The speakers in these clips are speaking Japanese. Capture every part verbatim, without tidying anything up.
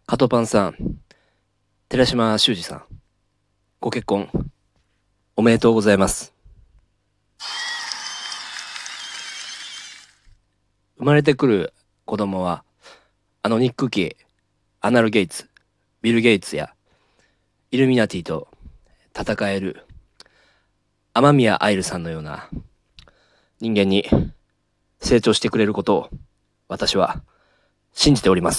カトパンさん、寺島修司さん、ご結婚おめでとうございます。生まれてくる子供は、あのニック・キー、アナル・ゲイツ、ビル・ゲイツやイルミナティと戦える雨宮愛流さんのような人間に成長してくれることを私は信じております。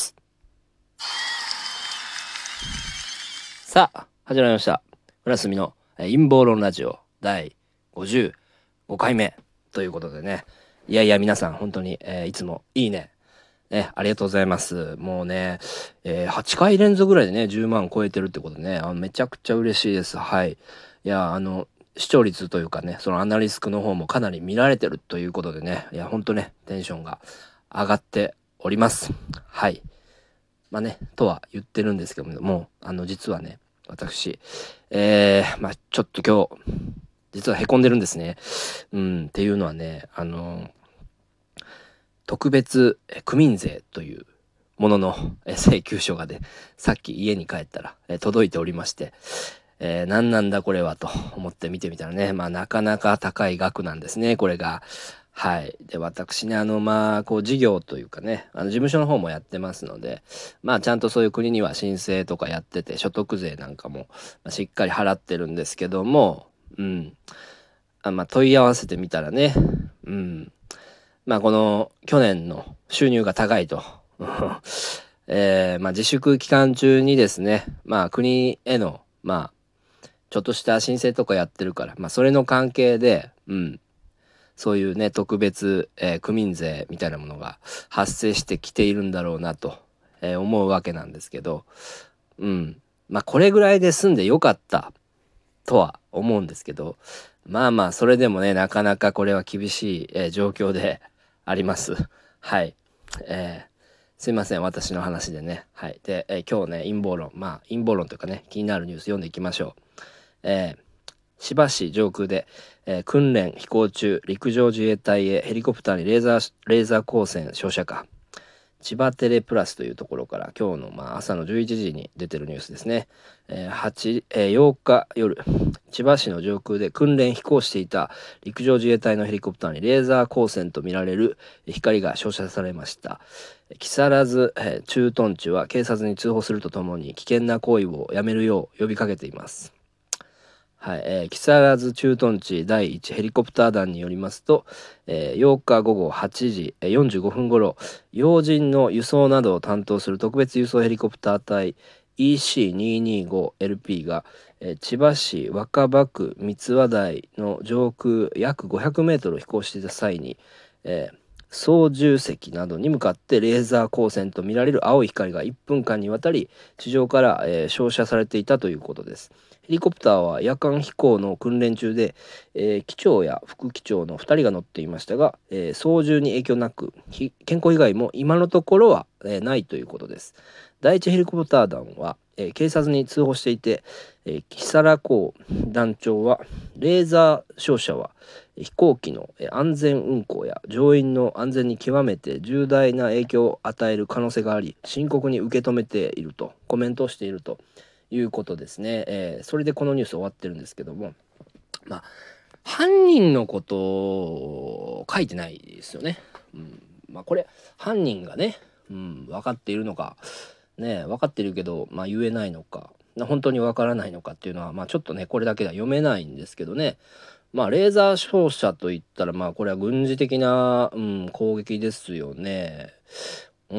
さあ、始まりました。村住の陰謀論ラジオだいごじゅうごかいめということでね。いやいや皆さん本当に、えーいつもいいね。ね、ありがとうございます。もうね、えーはちかい連続ぐらいでね、じゅうまん超えてるってことでね、あめちゃくちゃ嬉しいです。はい。いや、あの、視聴率というかね、そのアナリスクの方もかなり見られてるということでね、いや、ほんとね、テンションが上がっております。はい。まあね、とは言ってるんですけども、もう、あの、実はね、私、えー、まあちょっと今日、実はへこんでるんですね。うん、っていうのはね、あの、特別区民税というものの請求書がね、さっき家に帰ったら届いておりまして、えー、何なんだこれはと思って見てみたらね、まあなかなか高い額なんですね、これが。はい。で、私ね、あの、まあ、こう、事業というかね、あの、事務所の方もやってますので、まあ、ちゃんとそういう国には申請とかやってて、所得税なんかも、まあ、しっかり払ってるんですけども、うん。あまあ、問い合わせてみたらね、うん。まあ、この、去年の収入が高いと。えー、まあ、自粛期間中にですね、まあ、国への、まあ、ちょっとした申請とかやってるから、まあ、それの関係で、うん。そういうね、特別、えー区民税みたいなものが発生してきているんだろうなと、えー思うわけなんですけど、うん。まあ、これぐらいで済んでよかったとは思うんですけど、まあまあ、それでもね、なかなかこれは厳しい、えー状況であります。はい。えーすいません、私の話でね。はい。で、えー今日ね、陰謀論、まあ、陰謀論というかね、気になるニュース読んでいきましょう。えー千葉市上空で、えー訓練飛行中、陸上自衛隊へヘリコプターにレーザーレーザー光線照射か。千葉テレプラスというところから今日のまあ朝のじゅういちじに出てるニュースですね。えーはちえーようか夜、千葉市の上空で訓練飛行していた陸上自衛隊のヘリコプターにレーザー光線とみられる光が照射されました。木更津、えー駐屯地は警察に通報するとともに危険な行為をやめるよう呼びかけています。はい、えー木更津駐屯地だいいちヘリコプター団によりますと、えーようかごごはちじよんじゅうごふんごろ、要人の輸送などを担当する特別輸送ヘリコプター隊 イーシーにひゃくにじゅうごエルピー が、えー千葉市若葉区三和台の上空約ごひゃくメートルを飛行していた際に、えー操縦席などに向かってレーザー光線とみられる青い光がいっぷんかんにわたり地上から、えー照射されていたということです。ヘリコプターは夜間飛行の訓練中で、えー機長や副機長のふたりが乗っていましたが、えー操縦に影響なくひ健康被害も今のところは、えーないということです。第一ヘリコプター団は、えー警察に通報していて、えー木更津団長はレーザー照射は飛行機のえー安全運航や乗員の安全に極めて重大な影響を与える可能性があり深刻に受け止めているとコメントをしているということですね。えーそれでこのニュース終わってるんですけども、まあ犯人のことを書いてないですよね。うん、まあこれ犯人がね、うん、分かっているのかね、分かってるけど、まあ、言えないのか本当に分からないのかっていうのは、まあ、ちょっとねこれだけでは読めないんですけどね。まあレーザー照射といったらまあこれは軍事的な、うん、攻撃ですよね。うん、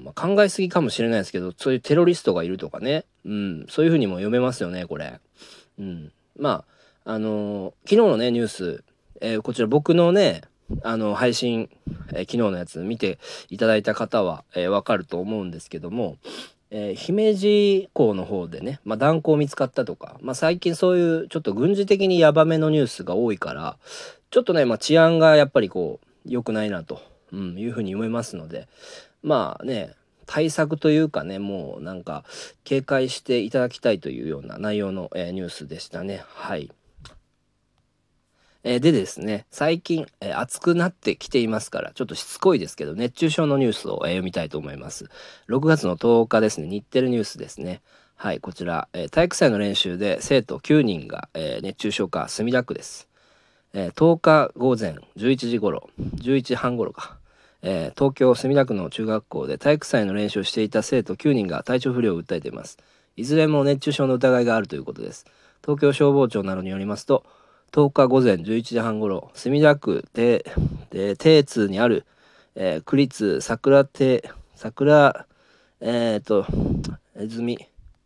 まあ、考えすぎかもしれないですけど、そういうテロリストがいるとかね、うん、そういうふうにも読めますよね、これ。うん、まあ、あのー昨日のね、ニュース、えーこちら僕のね、あの配信、えー昨日のやつ見ていただいた方は、えーわかると思うんですけども、えー姫路港の方でね、まあ、弾坑見つかったとか、まあ、最近そういうちょっと軍事的にヤバめのニュースが多いからちょっとね、まあ、治安がやっぱりこう良くないなと、うん、いうふうに思いますので、まあね対策というかね、もうなんか警戒していただきたいというような内容の、えーニュースでしたね。はい。 えーでですね、最近、えー暑くなってきていますから、ちょっとしつこいですけど、熱中症のニュースを、えー読みたいと思います。ろくがつのとおかですね、日テレニュースですね。はい、こちら、えー体育祭の練習で生徒きゅうにんが、えー熱中症か、墨田区です。えーとおか午前じゅういちじ頃、じゅういちじはん頃か、えー東京墨田区の中学校で体育祭の練習をしていた生徒きゅうにんが体調不良を訴えています。いずれも熱中症の疑いがあるということです。東京消防庁などによりますと、とおか午前じゅういちじはん頃、墨田区で定通にある、えー区立桜亭桜えっ、と泉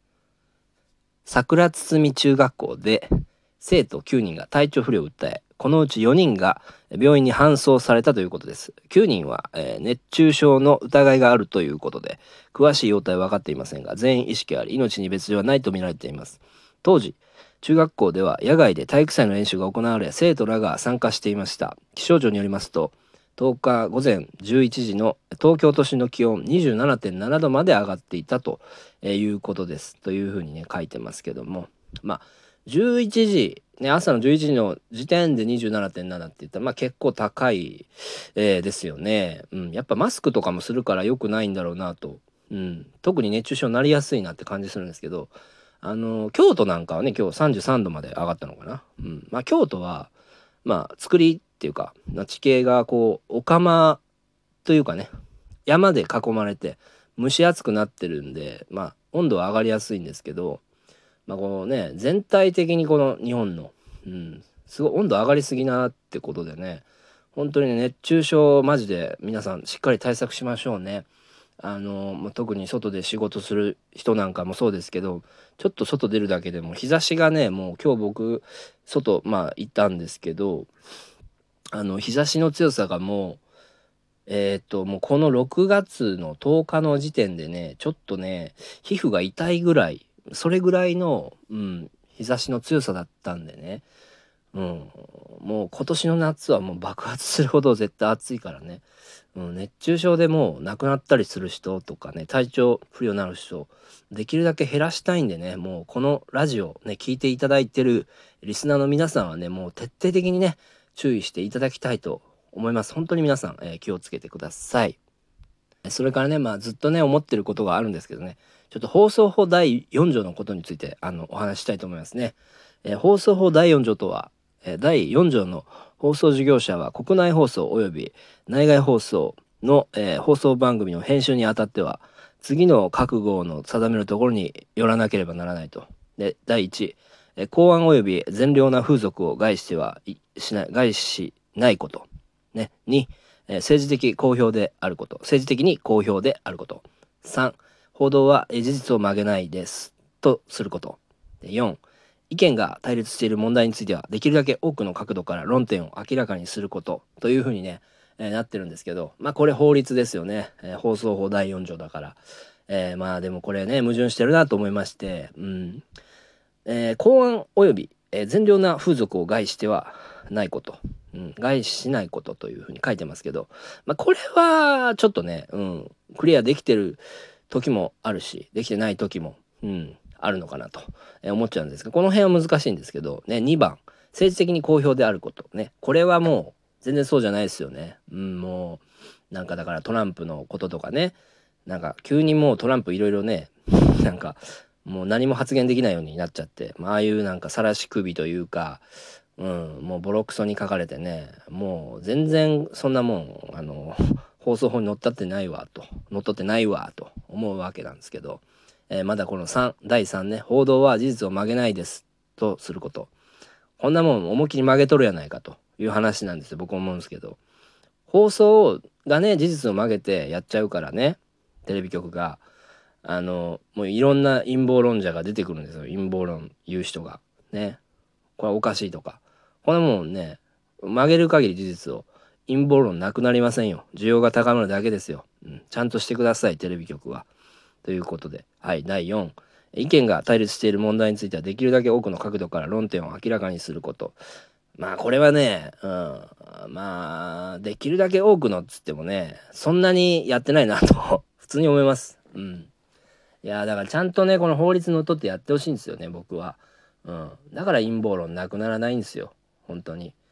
桜堤中学校で生徒きゅうにんが体調不良を訴え、このうちよにんが病院に搬送されたということです。きゅうにんは、えー熱中症の疑いがあるということで、詳しい容体は分かっていませんが、全員意識あり、命に別状はないと見られています。当時、中学校では野外で体育祭の練習が行われ、生徒らが参加していました。気象庁によりますと、とおか午前じゅういちじの東京都心の気温にじゅうななてんななどまで上がっていたということです。というふうにね、書いてますけども。まあ、じゅういちじ、ね、朝のじゅういちじの時点でにじゅうななてんななって言ったら、まあ結構高い、えーですよね。うん。やっぱマスクとかもするから良くないんだろうなと。うん。特に熱中症になりやすいなって感じするんですけど、あの、京都なんかはね、今日さんじゅうさんどまで上がったのかな。うん。まあ京都は、まあ作りっていうか、地形がこう、お釜というかね、山で囲まれて蒸し暑くなってるんで、まあ温度は上がりやすいんですけど、まあこのね、全体的にこの日本の、うん、すごい温度上がりすぎなってことでね、本当にね、熱中症マジで皆さんしっかり対策しましょうね。あの、まあ、特に外で仕事する人なんかもそうですけど、ちょっと外出るだけでも日差しがね、もう今日僕、外、まあ行ったんですけど、あの、日差しの強さがもう、えーっと、もうこのろくがつのとおかの時点でね、ちょっとね、皮膚が痛いぐらい、それぐらいの、うん、日差しの強さだったんでね、うん、もう今年の夏はもう爆発するほど絶対暑いからね、うん、熱中症でもう亡くなったりする人とかね、体調不良になる人、できるだけ減らしたいんでね、もうこのラジオね、聞いていただいてるリスナーの皆さんはね、もう徹底的にね、注意していただきたいと思います。本当に皆さん、えー気をつけてください。それからね、まあずっとね、思ってることがあるんですけどね、ちょっと放送法だいよん条のことについて、あの、お話ししたいと思いますね。えー放送法だいよん条とは、えーだいよん条の放送事業者は国内放送及び内外放送の、えー放送番組の編集にあたっては、次の覚悟の定めるところによらなければならないと。で、だいいち、えー公安及び善良な風俗を害してはいしない、害しないこと。ね。に、えー政治的公表であること。政治的に公表であること。さん、報道はえー事実を曲げないです。とすること。でよん、意見が対立している問題については、できるだけ多くの角度から論点を明らかにすることというふうにね、えーなってるんですけど、まあこれ法律ですよね。えー放送法だいよん条だから。えーまあでもこれね、矛盾してるなと思いまして、うん。えー公安及び、えー善良な風俗を害してはないこと。うん、害しないことというふうに書いてますけど、まあこれはちょっとね、うん、クリアできてる時もあるし、できてない時も、うん、あるのかなと思っちゃうんですが、この辺は難しいんですけど、ね、にばん、政治的に公表であること。ね、これはもう全然そうじゃないですよね。うん、もう、なんかだからトランプのこととかね、なんか急にもうトランプいろいろね、なんかもう何も発言できないようになっちゃって、まあああいうなんか晒し首というか、うん、もうボロクソに書かれてね、もう全然そんなもん、あの、放送法に乗っ取ってないわと、乗っ取ってないわと思うわけなんですけど、えーまだこのさん、だいさんね、報道は事実を曲げないですとすること。こんなもん思いっきり曲げとるやないかという話なんですよ、僕思うんですけど。放送がね、事実を曲げてやっちゃうからね、テレビ局が。あの、もういろんな陰謀論者が出てくるんですよ。陰謀論言う人が。ね。これはおかしいとか。こんなもんね、曲げる限り事実を。陰謀論なくなりませんよ。需要が高まるだけですよ。うん、ちゃんとしてください、テレビ局は。ということで。はい、だいよん。意見が対立している問題についてはできるだけ多くの角度から論点を明らかにすること。まあこれはね、うん、まあできるだけ多くのっつってもね、そんなにやってないなと普通に思います。うん。いやだからちゃんとねこの法律のっとってやってほしいんですよね僕は。うん。だから陰謀論なくならないんですよ本当に。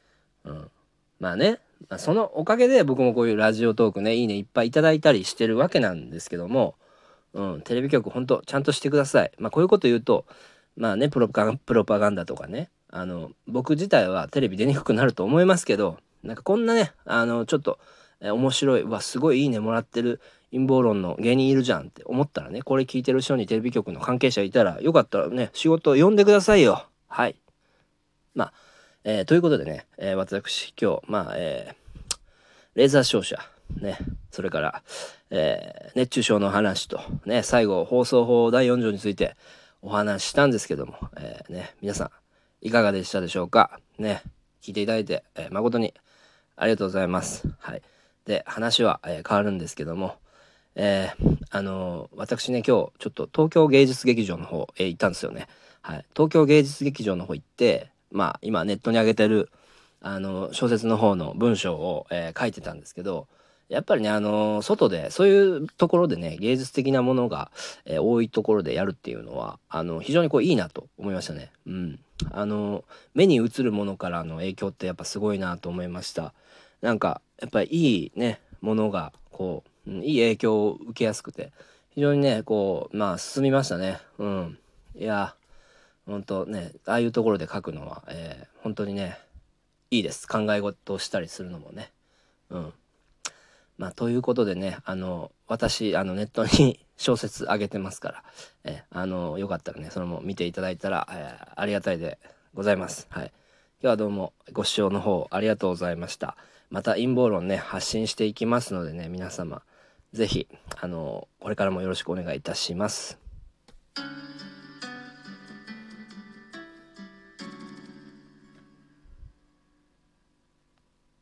うん、まあね、まあ、そのおかげで僕もこういうラジオトークね、いいねいっぱいいただいたりしてるわけなんですけども、うん、テレビ局ほんとちゃんとしてください。まあこういうこと言うと、まあね、プロパガン、プロパガンダとかね、あの僕自体はテレビ出にくくなると思いますけど、なんかこんなね、あのちょっと、え面白い、わすごいいいねもらってる陰謀論の芸人いるじゃんって思ったらね、これ聞いてる人にテレビ局の関係者いたら、よかったらね、仕事呼んでくださいよ。はい。まあ、えーということでね、えー私今日、まあ、えーレーザー照射、ね、それから、えー熱中症の話と、ね、最後、放送法だいよん条についてお話ししたんですけども、えーね、皆さん、いかがでしたでしょうか。ね、聞いていただいて、えー誠にありがとうございます。はい。で、話は、えー変わるんですけども、えーあのー私ね、今日、ちょっと東京芸術劇場の方、えー行ったんですよね。はい。東京芸術劇場の方行って、まあ、今ネットに上げてる、あの小説の方の文章を、えー書いてたんですけど、やっぱりね、あの外でそういうところでね、芸術的なものが、えー多いところでやるっていうのは、あの非常にこういいなと思いましたね。うん。あの目に映るものからの影響ってやっぱすごいなと思いました。なんかやっぱりいいねものがこう、うん、いい影響を受けやすくて、非常にねこうまあ進みましたね。うん。いや本当ね、ああいうところで書くのは、えー本当にねいいです。考え事をしたりするのもね。うん。まあということでね、あの私あのネットに小説あげてますから、えあのよかったらねそれも見ていただいたら、えーありがたいでございます。はい。今日はどうもご視聴の方ありがとうございました。また陰謀論ね発信していきますのでね、皆様ぜひあのこれからもよろしくお願いいたします。